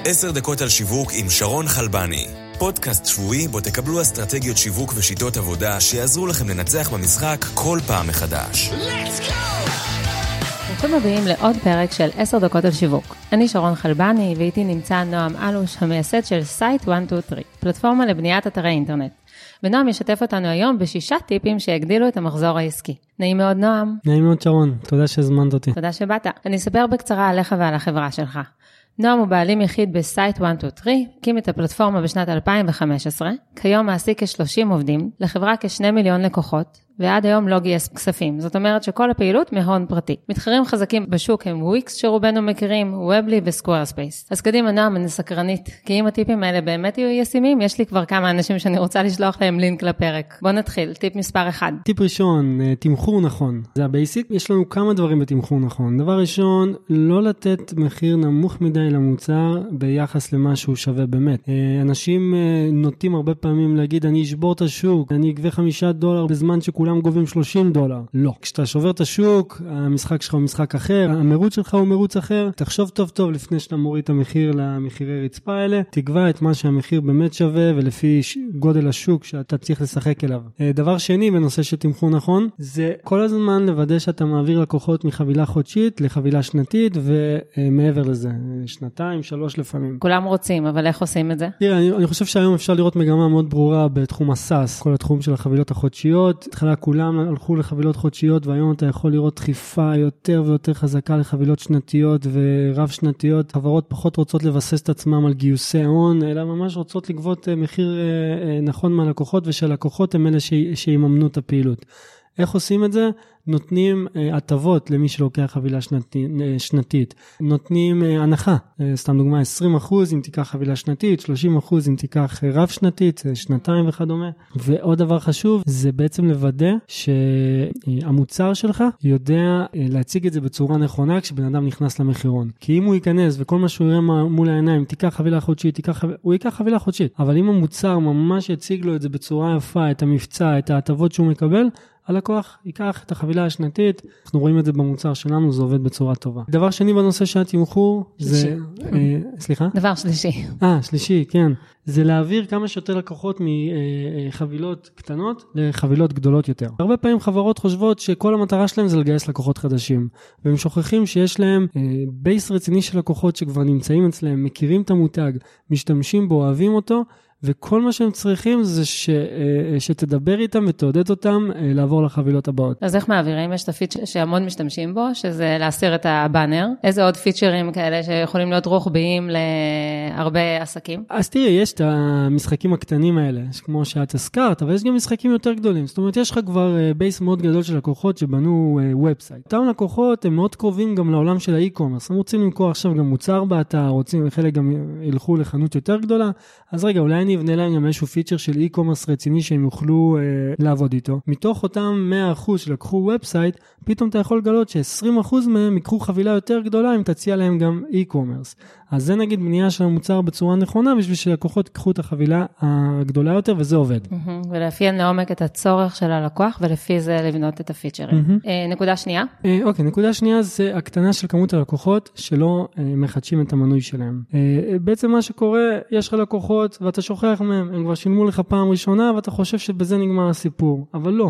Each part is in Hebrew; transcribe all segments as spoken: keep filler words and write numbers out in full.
עשר דקות על שיווק עם שרון חלבני. פודקאסט שבועי בו תקבלו אסטרטגיות שיווק ושיטות עבודה שיעזרו לכם לנצח במשחק כל פעם מחדש. ברוכים הבאים לעוד פרק של עשר דקות על שיווק. אני שרון חלבני ואיתי נמצא נועם אלוש, המייסד של סייט אחת, שתיים, שלוש, פלטפורמה לבניית אתרי אינטרנט. ונועם ישתף אותנו היום בשישה טיפים שהגדילו את המחזור העסקי. נעים מאוד נועם. נעים מאוד שרון, תודה שהזמנת אותי. תודה שבאת. אני אספר בקצרה עליך ועל החברה שלך. נועם הוא בעלים יחיד בסייט אחת, שתיים, שלוש, הקים את הפלטפורמה בשנת אלפיים וחמש עשרה, כיום מעסיק כ-שלושים עובדים, לחברה כשני מיליון לקוחות, ועד היום לא גייס כספים. זאת אומרת שכל הפעילות מהון פרטי. מתחרים חזקים בשוק הם וויקס שרובנו מכירים, ובלי וסקוורספייס. אז קדימה נועם, אני סקרנית, כי אם הטיפים האלה באמת יהיו ישימים, יש לי כבר כמה אנשים שאני רוצה לשלוח להם לינק לפרק. בוא נתחיל, טיפ מספר אחד. טיפ ראשון, תמחור נכון. זה הבייסיק. יש לנו כמה דברים בתמחור נכון. דבר ראשון, לא לתת מחיר נמוך מדי למוצר ביחס למה שהוא שווה באמת. אנשים נוטים הרבה פעמים להגיד, אני אשבור את השוק, אני אגבה חמישה דולר בזמן שכולם גובים שלושים דולר. לא. כשאתה שובר את השוק, המשחק שלך הוא משחק אחר, המרוץ שלך הוא מרוץ אחר. תחשוב טוב טוב לפני שאתה מוריד את המחיר למחירי רצפה האלה. תקבע את מה שהמחיר באמת שווה ולפי גודל השוק שאתה צריך לשחק אליו. דבר שני בנושא של תמחור נכון, זה כל הזמן לוודא שאתה מעביר לקוחות מחבילה חודשית לחבילה שנתית ומעבר לזה. שנתיים, שלוש לפעמים. כולם רוצים, אבל איך עושים את זה? תראה, אני, אני חושב שהיום אפשר לראות מגמה מאוד ברורה בתחום הסאס, כל התחום של החבילות החודשיות. התחלה כולם הלכו לחבילות חודשיות, והיום אתה יכול לראות דחיפה יותר ויותר חזקה לחבילות שנתיות ורב שנתיות. חברות פחות רוצות לבסס את עצמם על גיוסי הון, אלא ממש רוצות לגבות מחיר נכון מהלקוחות, ושהלקוחות הם אלה שיממנו את הפעילות. איך עושים את זה? נותנים uh, הטבות למי שלוקח חבילה שנתי, uh, שנתית. נותנים uh, הנחה. Uh, סתם דוגמה, עשרים אחוז אם תיקח חבילה שנתית, שלושים אחוז אם תיקח uh, רב שנתית, uh, שנתיים וכדומה. ועוד דבר חשוב, זה בעצם לוודא שהמוצר שלך יודע uh, להציג את זה בצורה נכונה כשבן אדם נכנס למחירון. כי אם הוא ייכנס וכל מה שהוא יראה מול העיניים, תיקח חבילה חודשית, תיקח חבילה, הוא ייקח חבילה חודשית. אבל אם המוצר ממש יציג לו את זה בצורה יפה, את המבצע, את ההטבות שהוא מקבל, הלקוח ייקח את החבילה השנתית, אנחנו רואים את זה במוצר שלנו, זה עובד בצורה טובה. דבר שני בנושא של התמחור, זה, אה, סליחה? דבר שלישי. אה, שלישי, כן. זה להעביר כמה שיותר לקוחות מחבילות קטנות לחבילות גדולות יותר. הרבה פעמים חברות חושבות שכל המטרה שלהם זה לגייס לקוחות חדשים, והם שוכחים שיש להם אה, בייס רציני של לקוחות שכבר נמצאים אצלם, מכירים את המותג, משתמשים בו, אוהבים אותו, וכל מה שהם צריכים זה ש, שתדבר איתם ותעודד אותם לעבור לחבילות הבאות. אז איך מעבירים? יש את הפיצ'ר שהמון משתמשים בו, שזה להסיר את הבאנר. איזה עוד פיצ'רים כאלה שיכולים להיות רוחביים להרבה עסקים? אז תראי, יש את המשחקים הקטנים האלה, כמו שאת הזכרת, אבל יש גם משחקים יותר גדולים. זאת אומרת, יש לך כבר בייס מאוד גדול של לקוחות שבנו ובסייט. אותם לקוחות הם מאוד קרובים גם לעולם של האי-קומרס. הם רוצים למכור עכשיו גם מוצר באתר, רוצים חלק גם ילכו לחנות יותר גדולה. אז רגע, אולי אני אבנה להם גם איזשהו פיצ'ר של אי-קומרס רציני שהם יוכלו אה, לעבוד איתו. מתוך אותם מאה אחוז שלקחו ובסייט, פתאום אתה יכול לגלות ש-עשרים אחוז מהם יקחו חבילה יותר גדולה אם תציע להם גם אי-קומרס. אז זה נגיד בנייה של המוצר בצורה נכונה, בשביל שלקוחות יקחו את החבילה הגדולה יותר, וזה עובד. ולאפיין לעומק את הצורך של הלקוח, ולפי זה לבנות את הפיצ'רים. נקודה שנייה? אוקיי, נקודה שנייה זה הקטנה של כמות הלקוחות שלא מחדשים את המנוי שלהם. בעצם מה שקורה, יש לך לקוחות ואתה שוכח מהם, הם כבר שילמו לך פעם ראשונה, ואתה חושב שבזה נגמר הסיפור, אבל לא.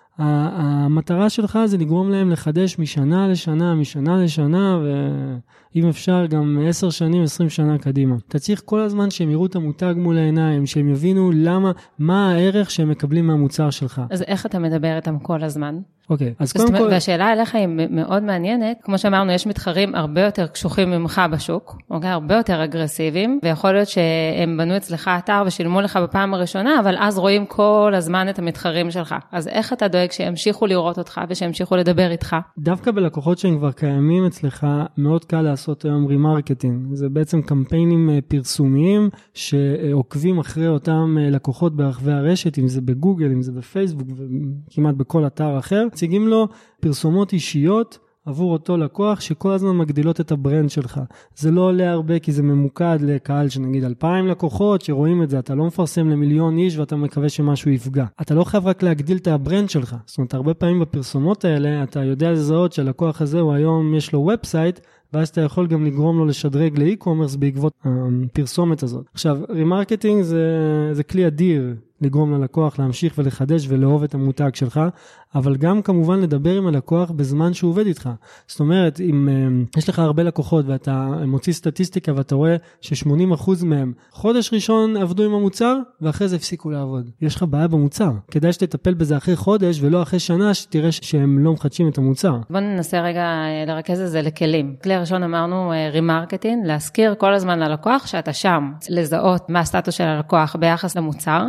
המטרה שלך זה לגרום להם לחדש משנה לשנה, משנה לשנה, ואם אפשר גם עשר שנים, עשרים שנה קדימה. אתה צריך כל הזמן שהם יראו את המותג מול העיניים, שהם יבינו למה, מה הערך שהם מקבלים מהמוצר שלך. אז איך אתה מדבר איתם כל הזמן? אוקיי, אז קודם כל... והשאלה אליך היא מאוד מעניינת. כמו שאמרנו, יש מתחרים הרבה יותר קשוחים ממך בשוק, אוקיי? הרבה יותר אגרסיביים, ויכול להיות שהם בנו אצלך אתר ושילמו לך בפעם הראשונה, אבל אז רואים כל הזמן את המתחרים שלך. אז איך אתה דואג שימשיכו לראות אותך ושימשיכו לדבר איתך? דווקא בלקוחות שהם כבר קיימים אצלך, מאוד קל לעשות היום רימרקטינג. זה בעצם קמפיינים פרסומיים שעוקבים אחרי אותם לקוחות ברחבי הרשת, אם זה בגוגל, אם זה בפייסבוק, וכמעט בכל אתר אחר. מציגים לו פרסומות אישיות עבור אותו לקוח שכל הזמן מגדילות את הברנד שלך. זה לא עולה הרבה כי זה ממוקד לקהל שנגיד אלפיים לקוחות שרואים את זה, אתה לא מפרסם למיליון איש ואתה מקווה שמשהו יפגע. אתה לא חייב רק להגדיל את הברנד שלך. זאת אומרת, הרבה פעמים בפרסומות האלה אתה יודע לזהות שהלקוח הזה הוא היום יש לו ובסייט ואז אתה יכול גם לגרום לו לשדרג לאי-קומרס בעקבות הפרסומת הזאת. עכשיו, רימרקטינג זה, זה כלי אדיר לגרום ללקוח להמשיך ולחדש ולאהוב את המותג שלך, אבל גם כמובן לדבר עם הלקוח בזמן שהוא עובד איתך. זאת אומרת, אם uh, יש לך הרבה לקוחות ואתה מוציא סטטיסטיקה ואתה רואה ש-שמונים אחוז מהם חודש ראשון עבדו עם המוצר ואחרי זה הפסיקו לעבוד. יש לך בעיה במוצר. כדאי שתטפל בזה אחרי חודש ולא אחרי שנה שתראה שהם לא מחדשים את המוצר. בוא ננסה רגע לרכז את זה לכלים. כלי הראשון אמרנו רימרקטינג, להזכיר כל הזמן ללקוח שאתה שם, לזהות מה הסטטוס של הלקוח ביחס למוצר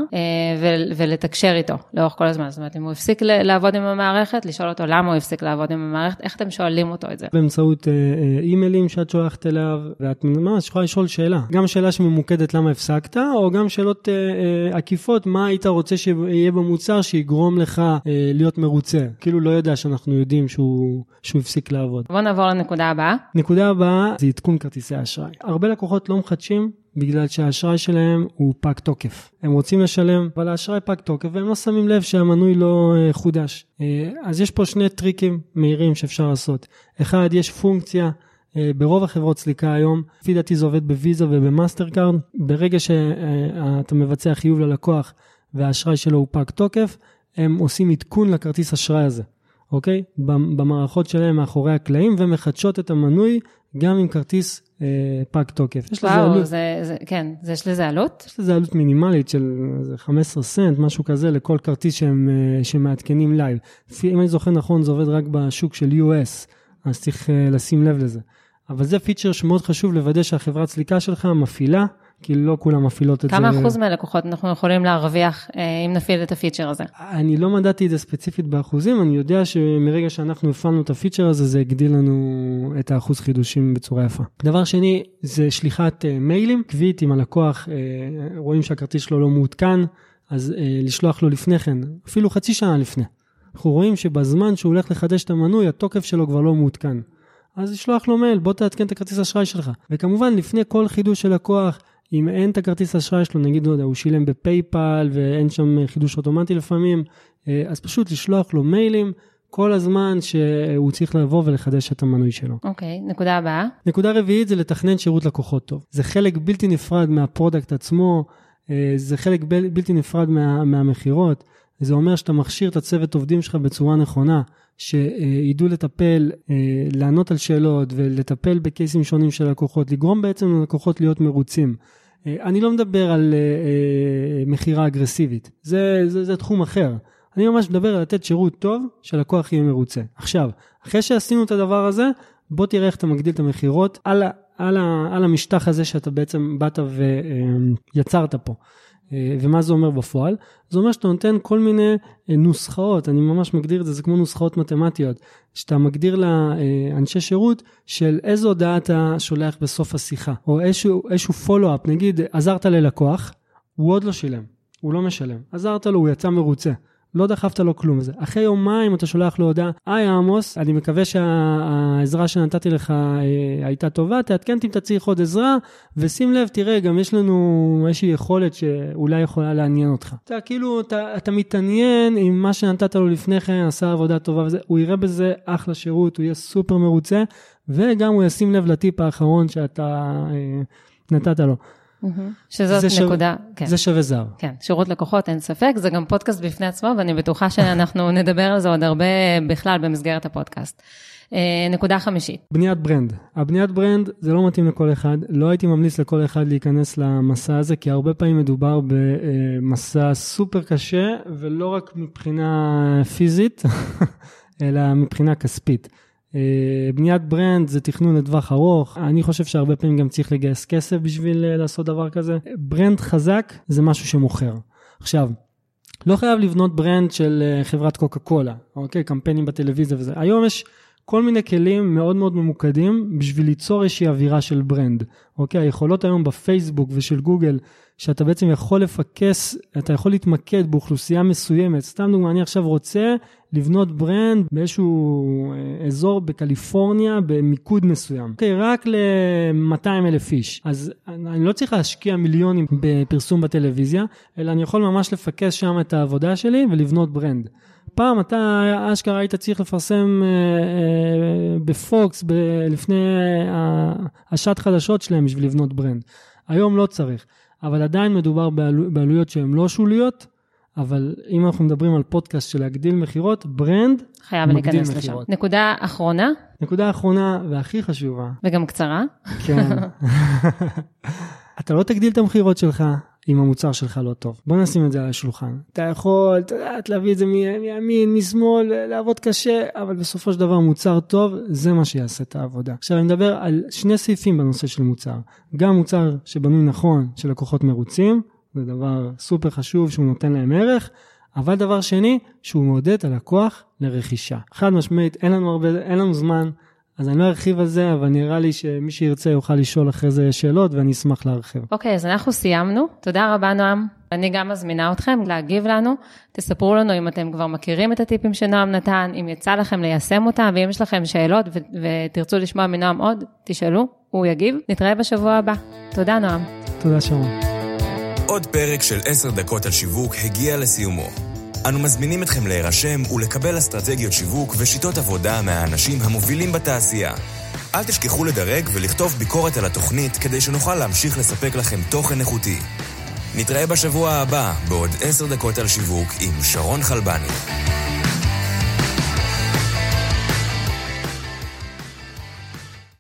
ולתקשר איתו לאורך כל הזמן. זאת אומרת, אם הוא הפסיק לעבוד עם המערכת, לשאול אותו למה הוא הפסיק לעבוד עם המערכת, איך אתם שואלים אותו את זה? באמצעות אימיילים שאת שולחת אליו, ואת ממש יכולה לשאול שאלה. גם שאלה שממוקדת למה הפסקת, או גם שאלות עקיפות, מה היית רוצה שיהיה במוצר שיגרום לך להיות מרוצה. כאילו לא יודע שאנחנו יודעים שהוא, שהוא הפסיק לעבוד. בוא נעבור לנקודה הבאה. נקודה הבאה זה עדכון כרטיסי אשראי. הרבה לקוחות לא מחדשים, בגלל שהאשראי שלהם הוא פג תוקף. הם רוצים לשלם, אבל האשראי פג תוקף, והם לא שמים לב שהמנוי לא חודש. אז יש פה שני טריקים מהירים שאפשר לעשות. אחד, יש פונקציה, ברוב החברות סליקה היום, לפי דעתי זה עובד בוויזה ובמאסטר קארד, ברגע שאתה מבצע חיוב ללקוח, והאשראי שלו הוא פג תוקף, הם עושים עדכון לכרטיס אשראי הזה. אוקיי? במערכות שלהם מאחורי הקלעים, ומחדשות את המנוי גם עם כרטיס אה, פג תוקף. יש וואו, לזה עלות. זה, זה, כן, זה יש לזה עלות? יש לזה עלות מינימלית של חמישה עשר סנט, משהו כזה, לכל כרטיס שהם, שמעדכנים לייב. אם אני זוכר נכון, זה עובד רק בשוק של יו אס, אז צריך אה, לשים לב לזה. אבל זה פיצ'ר שמאוד חשוב לוודא שהחברת סליקה שלך מפעילה, כי לא כולם מפעילות את זה. כמה אחוז מהלקוחות אנחנו יכולים להרוויח אם נפעיל את הפיצ'ר הזה? אני לא מדעתי את זה ספציפית באחוזים, אני יודע שמרגע שאנחנו הפעלנו את הפיצ'ר הזה, זה הגדיל לנו את האחוז חידושים בצורה יפה. דבר שני, זה שליחת מיילים, קביעת עם הלקוח, רואים שהכרטיס שלו לא מעודכן, אז לשלוח לו לפני כן, אפילו חצי שנה לפני. אנחנו רואים שבזמן שהוא הולך לחדש את המנוי, התוקף שלו כבר לא מעודכן. אז לשלוח לו מייל, בוא תעדכן את הכרטיס האשראי שלך. וכמובן, לפני כל חידוש של לקוח, אם אין את הכרטיס האשראי שלו, נגיד, לא יודע, הוא שילם בפייפל, ואין שם חידוש אוטומטי לפעמים, אז פשוט לשלוח לו מיילים, כל הזמן שהוא צריך לבוא ולחדש את המנוי שלו. אוקיי, נקודה הבאה. נקודה רביעית זה לתכנן שירות לקוחות טוב. זה חלק בלתי נפרד מהפרודקט עצמו, זה חלק בלתי נפרד מה, מהמחירות, זה אומר שאתה מכשיר את הצוות עובדים שלך בצורה נכונה, שידעו לטפל, לענות על שאלות ולטפל בקייסים שונים של לקוחות, לגרום בעצם ללקוחות להיות מרוצים. אני לא מדבר על מחירה אגרסיבית, זה, זה, זה תחום אחר. אני ממש מדבר על לתת שירות טוב שלקוח יהיה מרוצה. עכשיו, אחרי שעשינו את הדבר הזה, בוא תראה איך אתה מגדיל את המחירות על, על, על המשטח הזה שאתה בעצם באת ויצרת פה. ומה זה אומר בפועל? זה אומר שאתה נותן כל מיני נוסחאות, אני ממש מגדיר את זה, זה כמו נוסחאות מתמטיות, שאתה מגדיר לאנשי שירות של איזו הודעה אתה שולח בסוף השיחה, או איזשהו, איזשהו פולו-אפ, נגיד עזרת ללקוח, הוא עוד לא שילם, הוא לא משלם, עזרת לו, הוא יצא מרוצה, לא דחפת לו כלום. זה. אחרי יומיים אתה שולח לו הודעה, היי עמוס, אני מקווה שהעזרה שנתתי לך הייתה טובה, תעדכן אם אתה צריך עוד עזרה, ושים לב, תראה, גם יש לנו איזושהי יכולת שאולי יכולה לעניין אותך. אתה כאילו, אתה, אתה מתעניין עם מה שנתת לו לפני כן, עשה עבודה טובה, וזה, הוא יראה בזה אחלה שירות, הוא יהיה סופר מרוצה, וגם הוא ישים לב לטיפ האחרון שאתה אה, נתת לו. שזאת נקודה, כן. זה שווה זר. כן, שירות לקוחות, אין ספק, זה גם פודקאסט בפני עצמו, ואני בטוחה שאנחנו נדבר על זה עוד הרבה בכלל במסגרת הפודקאסט. נקודה חמישית. בניית ברנד. הבניית ברנד זה לא מתאים לכל אחד, לא הייתי ממליץ לכל אחד להיכנס למסע הזה, כי הרבה פעמים מדובר במסע סופר קשה, ולא רק מבחינה פיזית, אלא מבחינה כספית. בניית ברנד זה תכנון לטווח ארוך, אני חושב שהרבה פעמים גם צריך לגייס כסף בשביל לעשות דבר כזה. ברנד חזק זה משהו שמוכר. עכשיו, לא חייב לבנות ברנד של חברת קוקה קולה, אוקיי? קמפיינים בטלוויזיה וזה. היום יש כל מיני כלים מאוד מאוד ממוקדים בשביל ליצור איזושהי אווירה של ברנד. אוקיי? היכולות היום בפייסבוק ושל גוגל, שאתה בעצם יכול לפקס, אתה יכול להתמקד באוכלוסייה מסוימת. סתם דוגמה, אני עכשיו רוצה לבנות ברנד באיזשהו אזור בקליפורניה במיקוד מסוים. אוקיי, רק ל-מאתיים אלף איש. אז אני לא צריך להשקיע מיליונים בפרסום בטלוויזיה, אלא אני יכול ממש לפקס שם את העבודה שלי ולבנות ברנד. פעם אתה אשכרה היית צריך לפרסם בפוקס לפני השעת חדשות שלהם בשביל לבנות ברנד. היום לא צריך, אבל עדיין מדובר בעלויות שהן לא שוליות, אבל אם אנחנו מדברים על פודקאסט של להגדיל מחירות, ברנד חייב להיכנס לשם. נקודה אחרונה? נקודה אחרונה והכי חשובה. וגם קצרה. כן. אתה לא תגדיל את המחירות שלך אם המוצר שלך לא טוב. בוא נשים את זה על השולחן. אתה יכול, אתה יודעת, להביא את זה מימין, משמאל, לעבוד קשה, אבל בסופו של דבר מוצר טוב, זה מה שיעשה את העבודה. עכשיו אני מדבר על שני סעיפים בנושא של מוצר. גם מוצר שבנוי נכון של לקוחות מרוצים, זה דבר סופר חשוב שהוא נותן להם ערך, אבל דבר שני, שהוא מעודד את הלקוח לרכישה. חד משמעית, אין לנו הרבה, אין לנו זמן, אז אני לא ארחיב על זה, אבל נראה לי שמי שירצה יוכל לשאול אחרי זה שאלות, ואני אשמח להרחיב. אוקיי, אז אנחנו סיימנו. תודה רבה, נועם. אני גם מזמינה אתכם להגיב לנו. תספרו לנו אם אתם כבר מכירים את הטיפים שנועם נתן, אם יצא לכם ליישם אותם, ואם יש לכם שאלות ו- ותרצו לשמוע מנועם עוד, תשאלו, הוא יגיב. נתראה בשבוע הבא. תודה, נועם. תודה, שרון. עוד פרק של עשר דקות על שיווק הגיע לסיומו. אנו מזמינים אתכם להירשם ולקבל אסטרטגיות שיווק ושיטות עבודה מהאנשים המובילים בתעשייה. אל תשכחו לדרג ולכתוב ביקורת על התוכנית כדי שנוכל להמשיך לספק לכם תוכן איכותי. נתראה בשבוע הבא בעוד עשר דקות על שיווק עם שרון חלבני.